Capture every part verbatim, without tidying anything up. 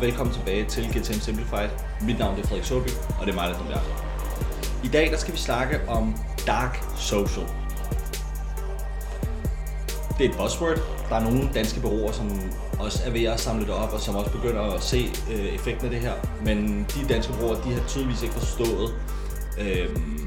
og velkommen tilbage til G T M Simplified. Mit navn er Frederik Såby, og det er mig, der er der. I dag der skal vi snakke om dark social. Det er et buzzword. Der er nogle danske bureauer, som også er ved at samle det op, og som også begynder at se øh, effekten af det her. Men de danske bureauer, de har tydeligvis ikke forstået, øh,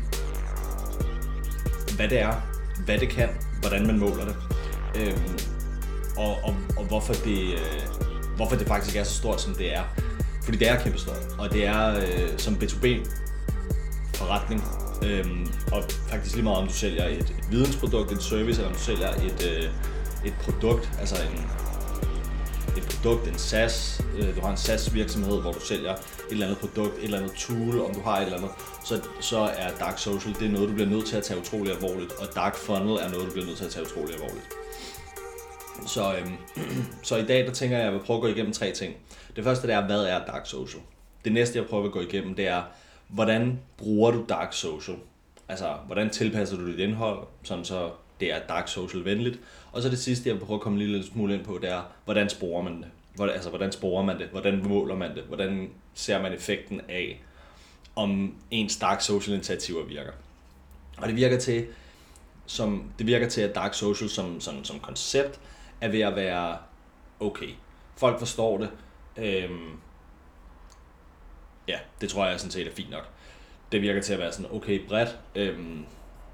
hvad det er, hvad det kan, hvordan man måler det, øh, og, og, og hvorfor det... Øh, hvorfor det faktisk er så stort, som det er. Fordi det er kæmpe stort, og det er øh, som B to B forretning, øhm, og faktisk lige meget om du sælger et, et vidensprodukt, en service, eller om du sælger et, øh, et produkt, altså en, et produkt, en SaaS, øh, du har en SaaS virksomhed, hvor du sælger et eller andet produkt, et eller andet tool, om du har et eller andet, så, så er dark social, det er noget, du bliver nødt til at tage utrolig alvorligt, og dark funnel er noget, du bliver nødt til at tage utrolig alvorligt. Så, øhm, så i dag der tænker jeg, at jeg vil prøve at gå igennem tre ting. Det første det er, hvad er dark social? Det næste jeg prøver at gå igennem, det er, hvordan bruger du dark social? Altså, hvordan tilpasser du dit indhold, sådan så det er dark social venligt? Og så det sidste jeg vil prøve at komme en lille smule ind på, det er, hvordan sporer man det? Hvordan, altså, hvordan sporer man det? Hvordan måler man det? Hvordan ser man effekten af, om ens dark social initiativer virker? Og det virker til, som, det virker til at dark social som, som, som koncept, er ved at være okay. Folk forstår det. Øhm, ja, det tror jeg sådan set er fint nok. Det virker til at være sådan okay bredt. Øhm,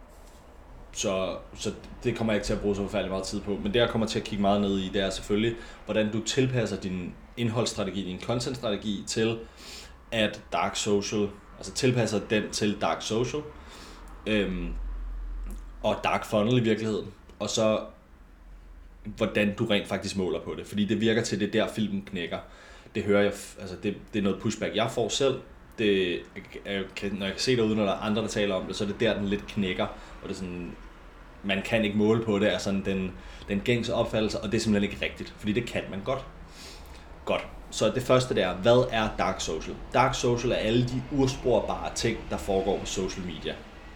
så, så det kommer jeg ikke til at bruge så forfærdelig meget tid på. Men det jeg kommer til at kigge meget ned i, det er selvfølgelig, hvordan du tilpasser din indholdsstrategi, din contentstrategi til at dark social, altså tilpasser den til dark social, øhm, og dark funnel i virkeligheden. Og så hvordan du rent faktisk måler på det, fordi det virker til, det der filmen knækker. Det hører jeg, altså det, det er noget pushback, jeg får selv. Det, jeg kan, når jeg kan se derude, når der er andre, der taler om det, så er det der, den lidt knækker, og det er sådan, man kan ikke måle på det, er sådan den, den gængse opfattelse, og det er simpelthen ikke rigtigt, fordi det kan man godt. Godt. Så det første der, hvad er dark social? Dark social er alle de ursporbare ting, der foregår på social media.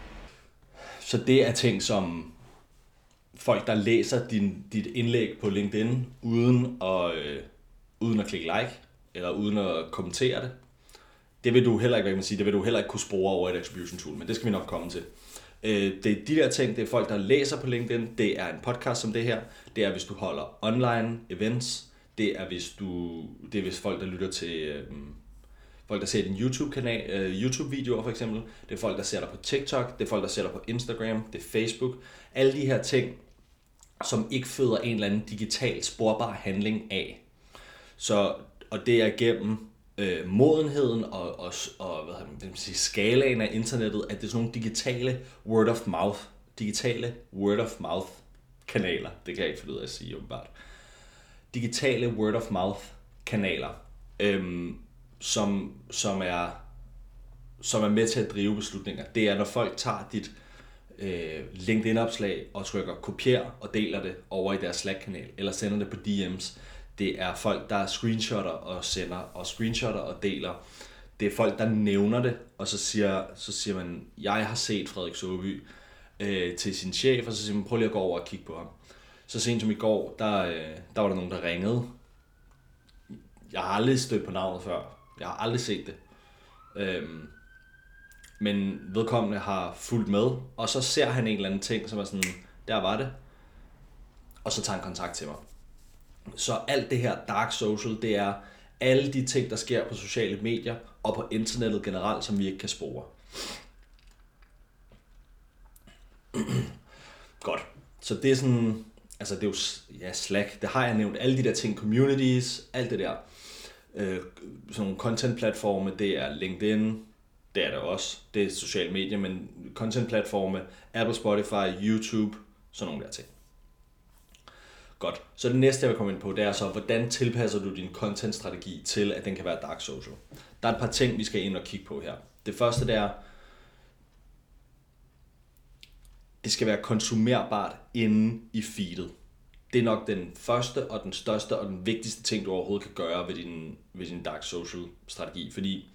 Så det er ting som folk, der læser din, dit indlæg på LinkedIn uden at, øh, uden at klikke like, eller uden at kommentere det. Det vil du heller ikke, hvad kan man sige, det vil du heller ikke kunne spore over et attribution tool, men det skal vi nok komme til. Øh, det er de der ting, det er folk, der læser på LinkedIn, det er en podcast som det her, det er hvis du holder online events, det er hvis du, det er hvis folk, der lytter til, øh, folk, der ser din YouTube-kanal, øh, YouTube-videoer for eksempel, det er folk, der ser dig på TikTok, det er folk, der ser dig på Instagram, det er Facebook, alle de her ting, som ikke føder en eller anden digital sporbar handling af. Så, og det er gennem øh, modenheden og, og, og hvad man sige, skalaen af internettet, at det er sådan nogle digitale word of mouth, digitale word of mouth kanaler, det kan jeg ikke finde ud af at sige åbenbart. Digitale word of mouth kanaler, øhm, som, som, er, som er med til at drive beslutninger. Det er, når folk tager dit LinkedIn-opslag og trykker kopier og deler det over i deres Slack-kanal, eller sender det på D M's. Det er folk, der screenshotter og sender, og screenshotter og deler. Det er folk, der nævner det, og så siger, så siger man, jeg har set Frederik Såby øh, til sin chef, og så siger man, prøv lige at gå over og kigge på ham. Så sent som i går, der, øh, der var der nogen, der ringede. Jeg har aldrig stødt på navnet før. Jeg har aldrig set det. Øhm, Men vedkommende har fulgt med, og så ser han en eller anden ting, som er sådan, der var det, og så tager han kontakt til mig. Så alt det her dark social, det er alle de ting, der sker på sociale medier og på internettet generelt, som vi ikke kan spore. Godt. Så det er sådan, altså det er jo, ja, Slack, det har jeg nævnt, alle de der ting, communities, alt det der, øh, sådan nogle content-platforme, det er LinkedIn, det er det også. Det er sociale medier, men content-platforme, Apple, Spotify, YouTube, sådan nogle der ting. Godt. Så det næste, jeg vil komme ind på, det er så, hvordan tilpasser du din content-strategi til, at den kan være dark social? Der er et par ting, vi skal ind og kigge på her. Det første, det er, det skal være konsumerbart inde i feedet. Det er nok den første og den største og den vigtigste ting, du overhovedet kan gøre ved din, ved din dark social-strategi, fordi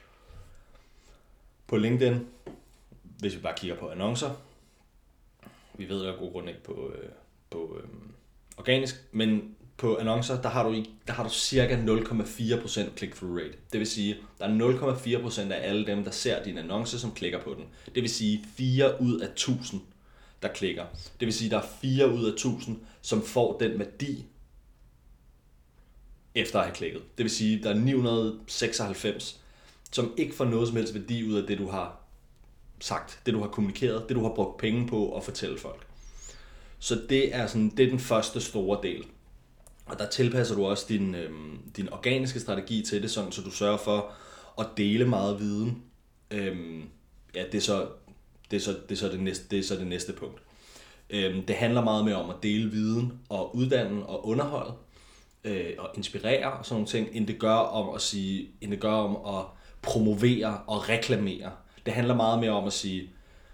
på LinkedIn, hvis vi bare kigger på annoncer, vi ved af god grund ikke på, øh, på øh, organisk, men på annoncer, der har du, i, der har du cirka nul komma fire procent click-through rate. Det vil sige, der er nul komma fire procent af alle dem, der ser din annonce, som klikker på den. Det vil sige fire ud af tusind, der klikker. Det vil sige, der er fire ud af tusind, som får den værdi, efter at have klikket. Det vil sige, der er ni hundrede og seksoghalvfems, som ikke får noget som helst værdi ud af det, du har sagt, det du har kommunikeret, det du har brugt penge på at fortælle folk. Så det er, sådan, det er den første store del. Og der tilpasser du også din, øhm, din organiske strategi til det, sådan, så du sørger for at dele meget viden. Øhm, ja, det er, så, det, er så, det, er så det, næste, det er så det næste punkt. Øhm, det handler meget mere om at dele viden og uddanne og underholde øh, og inspirere og sådan nogle ting, end det gør om at sige, end det gør om at promovere og reklamere. Det handler meget mere om at sige,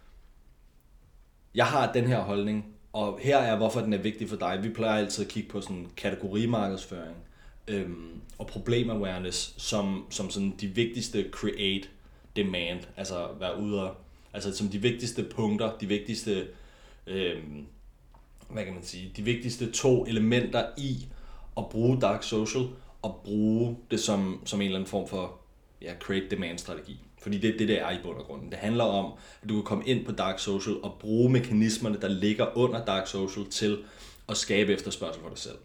jeg har den her holdning, og her er, hvorfor den er vigtig for dig. Vi plejer altid at kigge på sådan kategorimarkedsføring øhm, og problem awareness som, som sådan de vigtigste create demand, altså være ude og, altså som de vigtigste punkter, de vigtigste, øhm, hvad kan man sige, de vigtigste to elementer i at bruge dark social og bruge det som, som en eller anden form for ja, create demand strategi. Fordi det er det, det er i bund og grund. Det handler om, at du kan komme ind på dark social og bruge mekanismerne, der ligger under dark social til at skabe efterspørgsel for dig selv.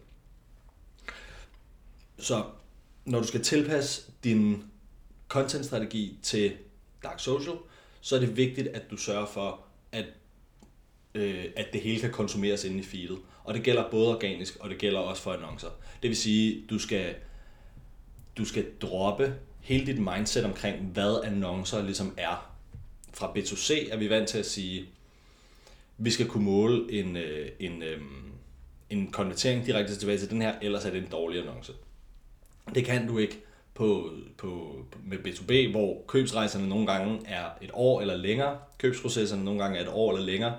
Så når du skal tilpasse din content-strategi til dark social, så er det vigtigt, at du sørger for, at, øh, at det hele kan konsumeres inde i feedet. Og det gælder både organisk, og det gælder også for annoncer. Det vil sige, du skal, du skal droppe hele dit mindset omkring, hvad annoncer ligesom er. Fra B to C er vi vant til at sige, vi skal kunne måle en, en, en konvertering direkte tilbage til den her, ellers er det en dårlig annonce. Det kan du ikke på, på, med B to B, hvor købsrejserne nogle gange er et år eller længere, købsprocesserne nogle gange er et år eller længere,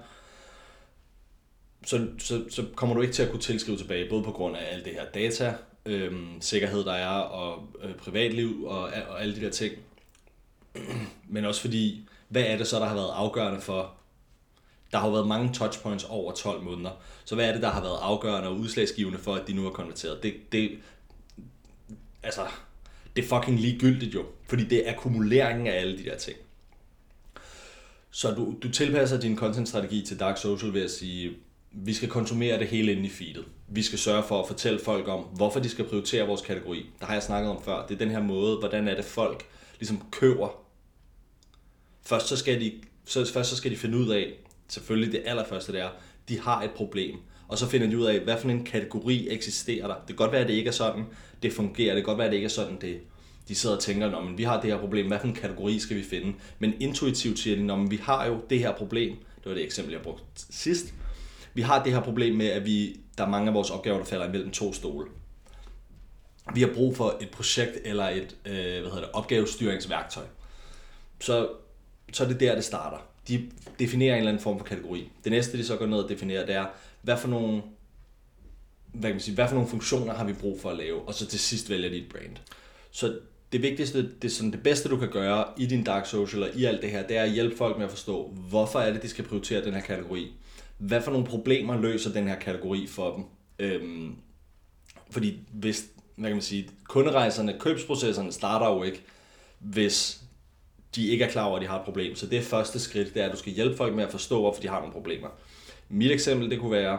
så, så, så kommer du ikke til at kunne tilskrive tilbage, både på grund af alt det her data, Øhm, sikkerhed der er, og øh, privatliv og, og alle de der ting. Men også fordi, hvad er det så, der har været afgørende for, der har jo været mange touchpoints over tolv måneder, så hvad er det, der har været afgørende og udslagsgivende for, at de nu er konverteret? Det, det, altså, det er fucking ligegyldigt jo, fordi det er akkumuleringen af alle de der ting. Så du, du tilpasser din content-strategi til dark social ved at sige, vi skal konsumere det hele inde i feedet. Vi skal sørge for at fortælle folk om, hvorfor de skal prioritere vores kategori. Der har jeg snakket om før. Det er den her måde, hvordan er det folk ligesom køber. Først så skal de, så, først så skal de finde ud af, selvfølgelig det allerførste det er, de har et problem. Og så finder de ud af, hvad for en kategori eksisterer der. Det kan godt være, at det ikke er sådan, det fungerer. Det kan godt være, at det ikke er sådan, det de sidder og tænker, at vi har det her problem, hvad for en kategori skal vi finde? Men intuitivt siger de, at vi har jo det her problem. Det var det eksempel, jeg brugte sidst. Vi har det her problem med, at vi, der er mange af vores opgaver, der falder imellem to stole. Vi har brug for et projekt eller et øh, hvad hedder det, opgavestyringsværktøj. Så, så er det der, det starter. De definerer en eller anden form for kategori. Det næste, de så går ned og definerer, det er, hvad for nogle, hvad kan man sige, hvad for nogle funktioner har vi brug for at lave, og så til sidst vælger de et brand. Så det vigtigste, det, er sådan det bedste, du kan gøre i din dark social og i alt det her, det er at hjælpe folk med at forstå, hvorfor er det, de skal prioritere den her kategori. Hvad for nogle problemer løser den her kategori for dem? Øhm, fordi hvis, hvad kan man sige, kunderejserne, købsprocesserne starter jo ikke, hvis de ikke er klar over, at de har et problem. Så det første skridt, det er, at du skal hjælpe folk med at forstå, hvorfor de har nogle problemer. Mit eksempel, det kunne være,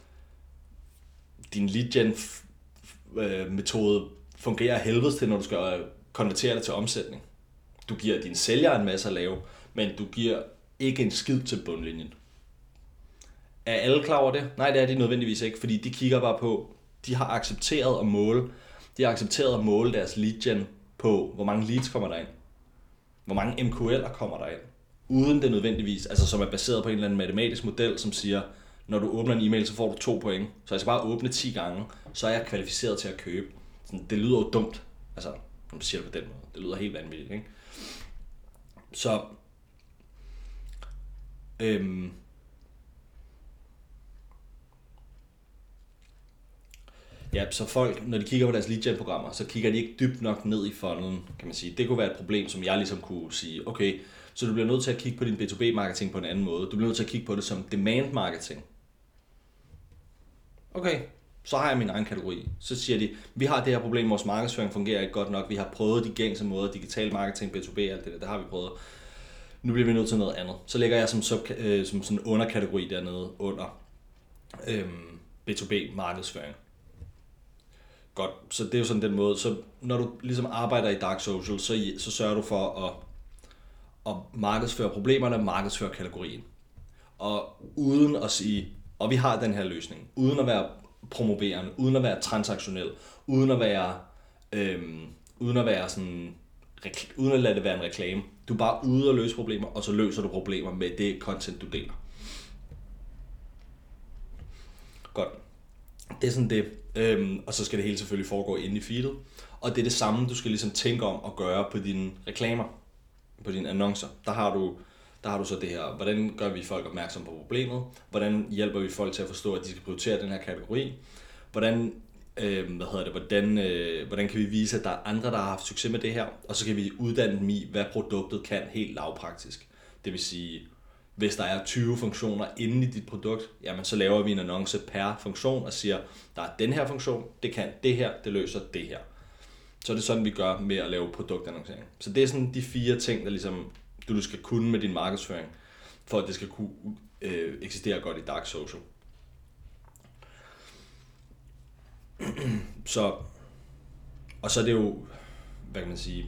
din lead gen metode fungerer helvedes til, når du skal konvertere det til omsætning. Du giver dine sælgere en masse at lave, men du giver ikke en skid til bundlinjen. Er alle klar over det? Nej, det er de nødvendigvis ikke, fordi de kigger bare på, de har accepteret at måle, de har accepteret at måle deres lead gen på, hvor mange leads kommer der ind, hvor mange M Q L'er kommer der ind, uden det nødvendigvis, altså som er baseret på en eller anden matematisk model, som siger, når du åbner en e-mail, så får du to point, så jeg skal bare åbne ti gange, så er jeg kvalificeret til at købe. Sådan, det lyder jo dumt, altså, når man siger det på den måde, det lyder helt vanvittigt, ikke? Så, øhm, ja, så folk, når de kigger på deres lead gen programmer, så kigger de ikke dybt nok ned i funnelen, kan man sige. Det kunne være et problem, som jeg ligesom kunne sige, okay, så du bliver nødt til at kigge på din B to B marketing på en anden måde. Du bliver nødt til at kigge på det som demand marketing. Okay, Så har jeg min egen kategori. Så siger de, vi har det her problem, vores markedsføring fungerer ikke godt nok, vi har prøvet de gængse måder, digital marketing, B to B, alt det der, det har vi prøvet. Nu bliver vi nødt til noget andet. Så lægger jeg som, sub, øh, som sådan en underkategori dernede under øhm, B to B markedsføring. Godt, så det er jo sådan den måde. Så når du ligesom arbejder i dark social, så, så sørger du for at, at markedsføre problemerne, markedsføre kategorien. Og uden at sige, og vi har den her løsning, uden at være promoverende, uden at være transaktionel, uden at være, øhm, uden at være sådan, uden at lade det være en reklame. Du er bare ude og løse problemer, og så løser du problemer med det content, du deler. Godt. Det er sådan det. Øhm, og så skal det hele selvfølgelig foregå inde i feedet. Og det er det samme, du skal ligesom tænke om at gøre på dine reklamer, på dine annoncer. Der har du, der har du så det her, hvordan gør vi folk opmærksom på problemet? Hvordan hjælper vi folk til at forstå, at de skal prioritere den her kategori? Hvordan, øh, hvad hedder det, hvordan, øh, hvordan kan vi vise, at der er andre, der har haft succes med det her? Og så kan vi uddanne dem i, hvad produktet kan helt lavpraktisk. Det vil sige, hvis der er tyve funktioner inde i dit produkt, jamen så laver vi en annonce per funktion og siger, der er den her funktion, det kan det her, det løser det her. Så er det sådan, vi gør med at lave produktannoncering. Så det er sådan de fire ting, der ligesom, du skal kunne med din markedsføring, for at det skal kunne øh, eksistere godt i dark social. Så, og så er det jo, hvad kan man sige,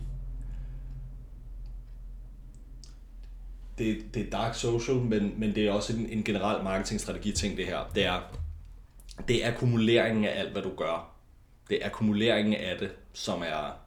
Det, det er dark social, men, men det er også en, en generel marketingstrategi ting det her. Det er, det er akkumuleringen af alt, hvad du gør. Det er akkumuleringen af det, som er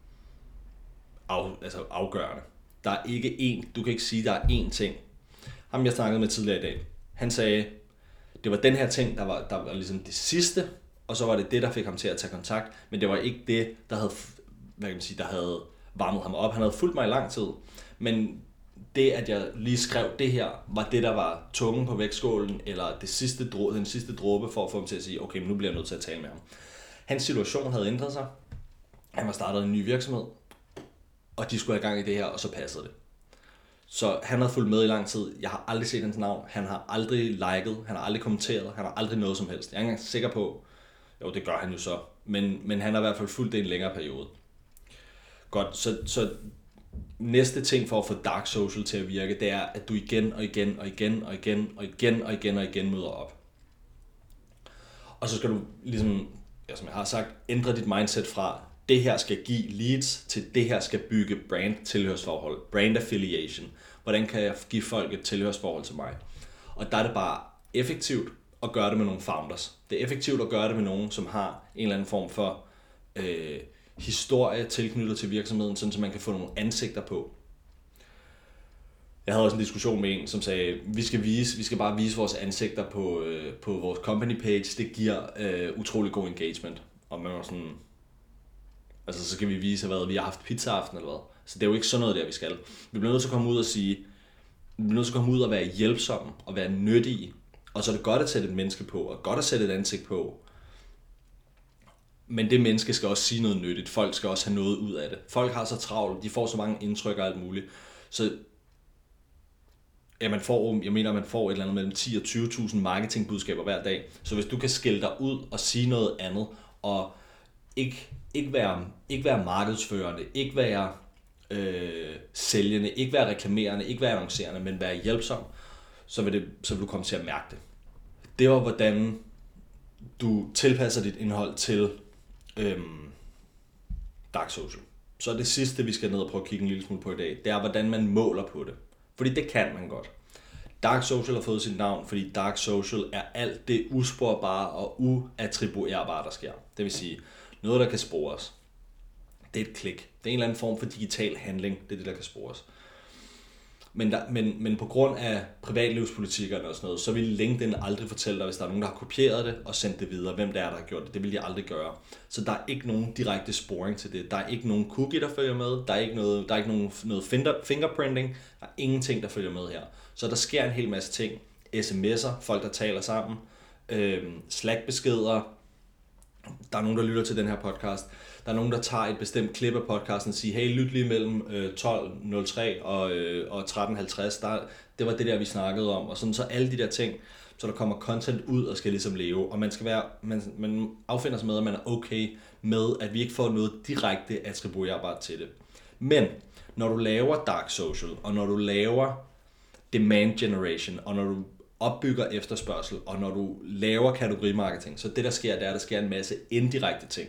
af, altså afgørende. Der er ikke én, du kan ikke sige, der er én ting. Ham jeg snakkede med tidligere i dag, han sagde, det var den her ting, der var, der var ligesom det sidste, og så var det det, der fik ham til at tage kontakt, men det var ikke det, der havde, hvad kan man sige, der havde varmet ham op. Han havde fulgt mig i lang tid, men det, at jeg lige skrev det her, var det, der var tungen på vægtskålen, eller det sidste dråbe, den sidste dråbe for at få ham til at sige, okay, men nu bliver jeg nødt til at tale med ham. Hans situation havde ændret sig. Han var startet en ny virksomhed, og de skulle have gang i det her, og så passede det. Så han havde fulgt med i lang tid. Jeg har aldrig set hans navn. Han har aldrig liket, han har aldrig kommenteret, han har aldrig noget som helst. Jeg er ikke engang sikker på, jo, det gør han jo så, men, men han har i hvert fald fulgt det i en længere periode. Godt, så, så næste ting for at få dark social til at virke, det er, at du igen og igen og igen og igen og igen og igen og igen møder op. Og så skal du ligesom, ja, som jeg har sagt, ændre dit mindset fra, det her skal give leads, til det her skal bygge brand tilhørsforhold, brand affiliation. Hvordan kan jeg give folk et tilhørsforhold til mig? Og der er det bare effektivt at gøre det med nogle founders. Det er effektivt at gøre det med nogen, som har en eller anden form for øh, historie tilknyttet til virksomheden, sådan så man kan få nogle ansigter på. Jeg havde også en diskussion med en, som sagde, vi skal vise, vi skal bare vise vores ansigter på, øh, på vores company page, det giver øh, utrolig god engagement. Og man var sådan, altså så skal vi vise, hvad vi har haft pizzaaften eller hvad. Så det er jo ikke sådan noget der, vi skal. Vi bliver nødt til at komme ud og sige, vi bliver nødt til at komme ud og være hjælpsomme og være nyttige. Og så er det godt at sætte et menneske på, og godt at sætte et ansigt på. Men det menneske skal også sige noget nyttigt. Folk skal også have noget ud af det. Folk har så travlt, de får så mange indtryk og alt muligt. Så ja, man får, jeg mener, man får et eller andet mellem ti og tyve tusind marketingbudskaber hver dag. Så hvis du kan skille dig ud og sige noget andet, og ikke, ikke, være, ikke være markedsførende, ikke være øh, sælgende, ikke være reklamerende, ikke være annoncerende, men være hjælpsom, så vil, det, så vil du komme til at mærke det. Det var, hvordan du tilpasser dit indhold til øhm, dark social. Så det sidste, vi skal ned og prøve at kigge en lille smule på i dag, det er, hvordan man måler på det. Fordi det kan man godt. Dark social har fået sit navn, fordi dark social er alt det usporbare og uattribuerbare, der sker. Det vil sige, noget, der kan spores. Det er et klik. Det er en eller anden form for digital handling. Det er det, der kan spores. Men, der, men, men på grund af privatlivspolitikkerne og sådan noget, så vil LinkedIn aldrig fortælle dig, hvis der er nogen, der har kopieret det og sendt det videre, hvem det er, der har gjort det. Det vil de aldrig gøre. Så der er ikke nogen direkte sporing til det. Der er ikke nogen cookie, der følger med. Der er ikke noget, der er ikke nogen, noget fingerprinting. Der er ingenting, der følger med her. Så der sker en hel masse ting. S M S'er, folk, der taler sammen, øh, Slack-beskeder, der er nogen, der lytter til den her podcast. Der er nogen, der tager et bestemt klip af podcasten og siger, hey, lyt lige mellem øh, tolv nul tre og, øh, og tretten halvtreds. Der, det var det der, vi snakkede om. Og sådan så alle de der ting, så der kommer content ud og skal ligesom leve. Og man skal være, man, man affinder sig med, at man er okay med, at vi ikke får noget direkte attribuerbart til det. Men når du laver dark social, og når du laver demand generation, og når du opbygger efterspørgsel, og når du laver kategorimarketing, så det der sker, det er, at der sker en masse indirekte ting.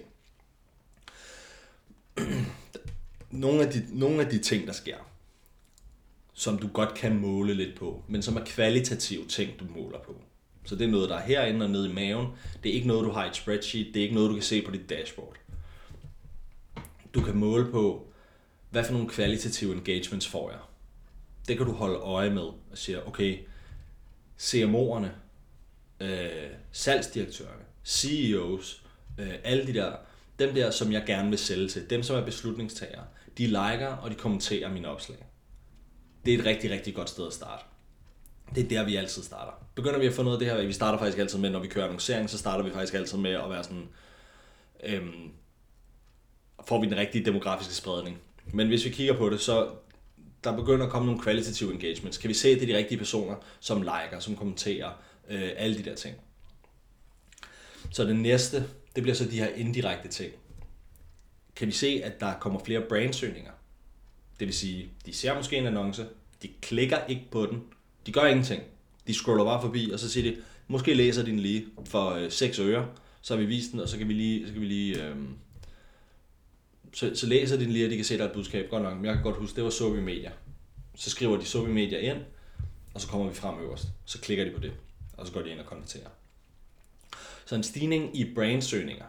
Nogle af, de, nogle af de ting, der sker, som du godt kan måle lidt på, men som er kvalitative ting, du måler på. Så det er noget, der er herinde og nede i maven. Det er ikke noget, du har i et spreadsheet. Det er ikke noget, du kan se på dit dashboard. Du kan måle på, hvad for nogle kvalitative engagements får jeg. Det kan du holde øje med og sige, okay, C M O'erne, øh, salgsdirektørerne, C E O's, øh, alle de der, dem der, som jeg gerne vil sælge til, dem som er beslutningstagere, de liker og de kommenterer mine opslag. Det er et rigtig, rigtig godt sted at starte. Det er der, vi altid starter. Begynder vi at få noget af det her, vi starter faktisk altid med, når vi kører annoncering, så starter vi faktisk altid med at være sådan, øhm, får vi den rigtige demografiske spredning. Men hvis vi kigger på det, så der begynder at komme nogle kvalitative engagements. Kan vi se, at det er de rigtige personer, som liker, som kommenterer, øh, alle de der ting. Så det næste, det bliver så de her indirekte ting. Kan vi se, at der kommer flere brandsøgninger? Det vil sige, de ser måske en annonce, de klikker ikke på den, de gør ingenting. De scroller bare forbi, og så siger de, måske læser de den lige for øh, seks øre, så har vi vist den, og så kan vi lige, så kan vi lige øh, så, så læser de den lige, og de kan se, der er et budskab. Godt nok, men jeg kan godt huske, det var Sobi Media. Så skriver de Sobi Media ind, og så kommer vi frem øverst. Så klikker de på det, og så går de ind og konverterer. Så en stigning i brandsøgninger.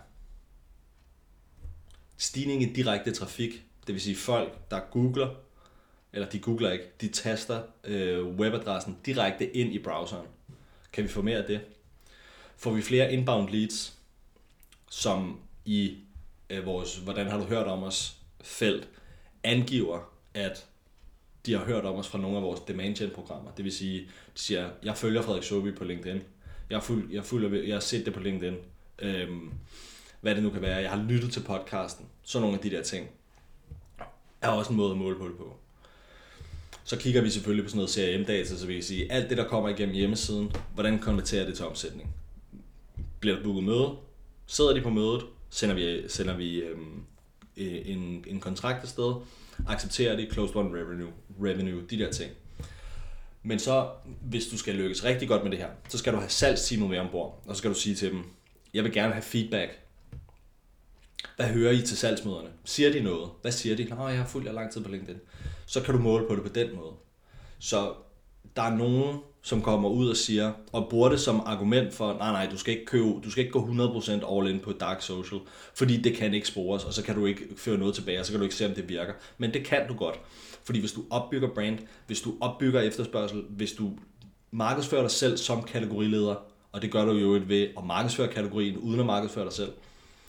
Stigning i direkte trafik, det vil sige folk, der googler, eller de googler ikke, de taster øh, webadressen direkte ind i browseren. Kan vi få mere af det? Får vi flere inbound leads, som i øh, vores, hvordan har du hørt om os, felt, angiver, at de har hørt om os fra nogle af vores demand gen programmer. Det vil sige, de siger, jeg følger Frederik Sobi på LinkedIn. Jeg har, fuld, jeg, fuld, jeg har set det på LinkedIn. Øhm, hvad det nu kan være. Jeg har lyttet til podcasten. Så nogle af de der ting er også en måde at måle på det på. Så kigger vi selvfølgelig på sådan noget C R M-data, så vi kan sige, alt det, der kommer igennem hjemmesiden, hvordan konverterer det til omsætning? Bliver der booket møde? Sidder de på mødet? Sender vi, sender vi øhm, en, en kontrakt afsted? Accepterer de? Closed won revenue, revenue, de der ting. Men så, hvis du skal lykkes rigtig godt med det her, så skal du have salgsteamet med ombord, og så skal du sige til dem, jeg vil gerne have feedback. Hvad hører I til salgsmøderne? Siger de noget? Hvad siger de? Nå, jeg har fulgt jer lang tid på LinkedIn. Så kan du måle på det på den måde. Så der er nogen, som kommer ud og siger, og bruger det som argument for, nej, nej, du skal ikke købe, du skal ikke gå hundrede procent all in på dark social, fordi det kan ikke spores, og så kan du ikke føre noget tilbage, og så kan du ikke se, om det virker. Men det kan du godt. Fordi hvis du opbygger brand, hvis du opbygger efterspørgsel, hvis du markedsfører dig selv som kategorileder, og det gør du jo ved at markedsføre kategorien, uden at markedsføre dig selv,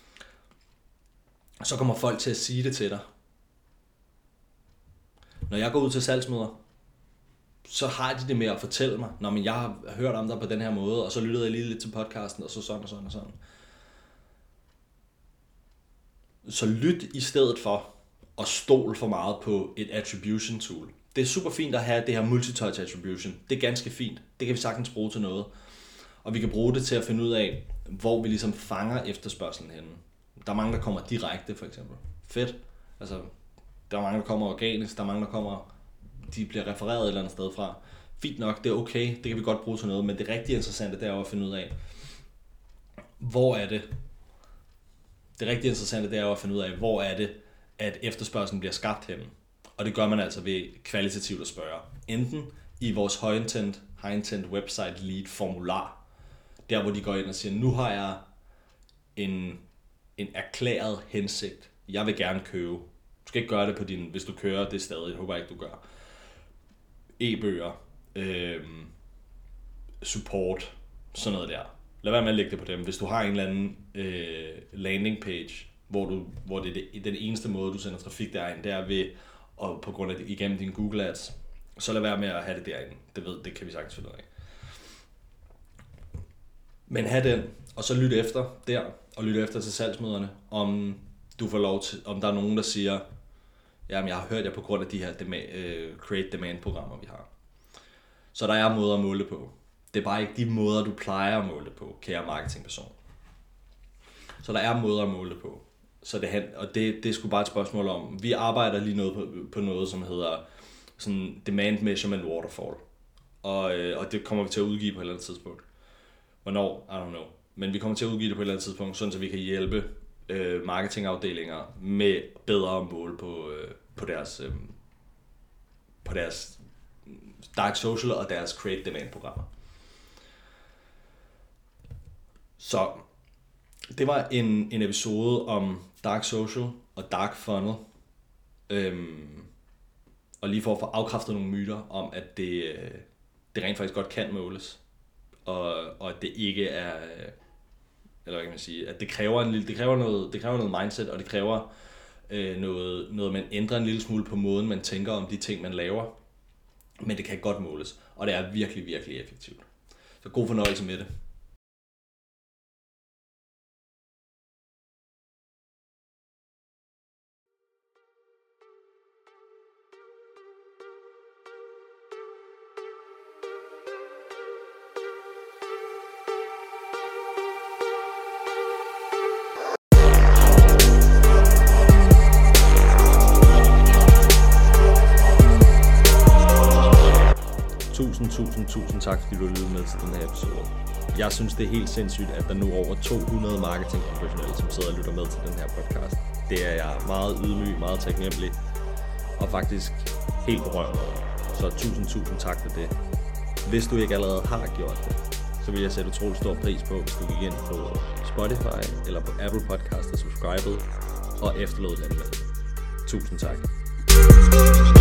så kommer folk til at sige det til dig. Når jeg går ud til salgsmøder, så har de det med at fortælle mig, når jeg har hørt om dig på den her måde, og så lyttede jeg lige lidt til podcasten, og så sådan og sådan og sådan. Så lyt i stedet for at stole for meget på et attribution tool. Det er super fint at have det her multitouch attribution. Det er ganske fint. Det kan vi sagtens bruge til noget. Og vi kan bruge det til at finde ud af, hvor vi ligesom fanger efterspørgselen henne. Der er mange, der kommer direkte, for eksempel. Fedt. Altså, der er mange, der kommer organisk. Der er mange, der kommer, de bliver refereret et eller andet sted fra. Fint nok, det er okay. Det kan vi godt bruge til noget. Men det rigtig interessante, det er jo at finde ud af, hvor er det? Det rigtig interessante, det er jo at finde ud af, hvor er det, at efterspørgselen bliver skabt henne. Og det gør man altså ved kvalitativt at spørge. Enten i vores high intent, high intent website lead formular, der hvor de går ind og siger, nu har jeg en, en erklæret hensigt. Jeg vil gerne købe. Du skal ikke gøre det på din, hvis du kører det stadig, jeg håber ikke du gør. E-bøger, øh, support, sådan noget der. Lad være med at lægge det på dem. Hvis du har en eller anden øh, landing page, hvor, du, hvor det er det, den eneste måde, du sender trafik derind, det er ved, og på grund af det, igennem dine Google Ads, så lad være med at have det derinde. Det ved, det kan vi sagtens finde ud af. Men have den, og så lyt efter der, og lytte efter til salgsmøderne, om du får lov til, om der er nogen, der siger, jamen jeg har hørt jer på grund af de her demand, uh, create demand programmer, vi har. Så der er måder at måle det på. Det er bare ikke de måder, du plejer at måle det på, kære marketingperson. Så der er måder at måle det på. Så det, og det, det er sgu bare et spørgsmål om, vi arbejder lige noget på, på noget, som hedder sådan Demand Measurement Waterfall. Og, øh, og det kommer vi til at udgive på et eller andet tidspunkt. Hvornår? I don't know. Men vi kommer til at udgive det på et eller andet tidspunkt, sådan så vi kan hjælpe øh, marketingafdelinger med bedre mål på, øh, på deres, øh, på deres dark social og deres create demand programmer. Så det var en, en episode om dark social og dark funnel. Øhm, og lige for at få afkræftet nogle myter om, at det, det rent faktisk godt kan måles. Og, og at det ikke er, eller hvad kan man sige, at det kræver, en lille, det kræver, noget, det kræver noget mindset, og det kræver øh, noget, noget, man ændrer en lille smule på måden, man tænker om de ting, man laver. Men det kan godt måles, og det er virkelig, virkelig effektivt. Så god fornøjelse med det. Tusind, tusind, tusind tak, fordi du lyttede med til den her episode. Jeg synes, det er helt sindssygt, at der nu er over to hundrede marketingprofessionelle, som sidder og lytter med til den her podcast. Det er jeg meget ydmyg, meget taknemmelig og faktisk helt berørt over. Så tusind, tusind tak for det. Hvis du ikke allerede har gjort det, så vil jeg sætte utrolig stor pris på, hvis du gik ind på Spotify eller på Apple Podcast og subscribede og efterlod den med. Tusind tak.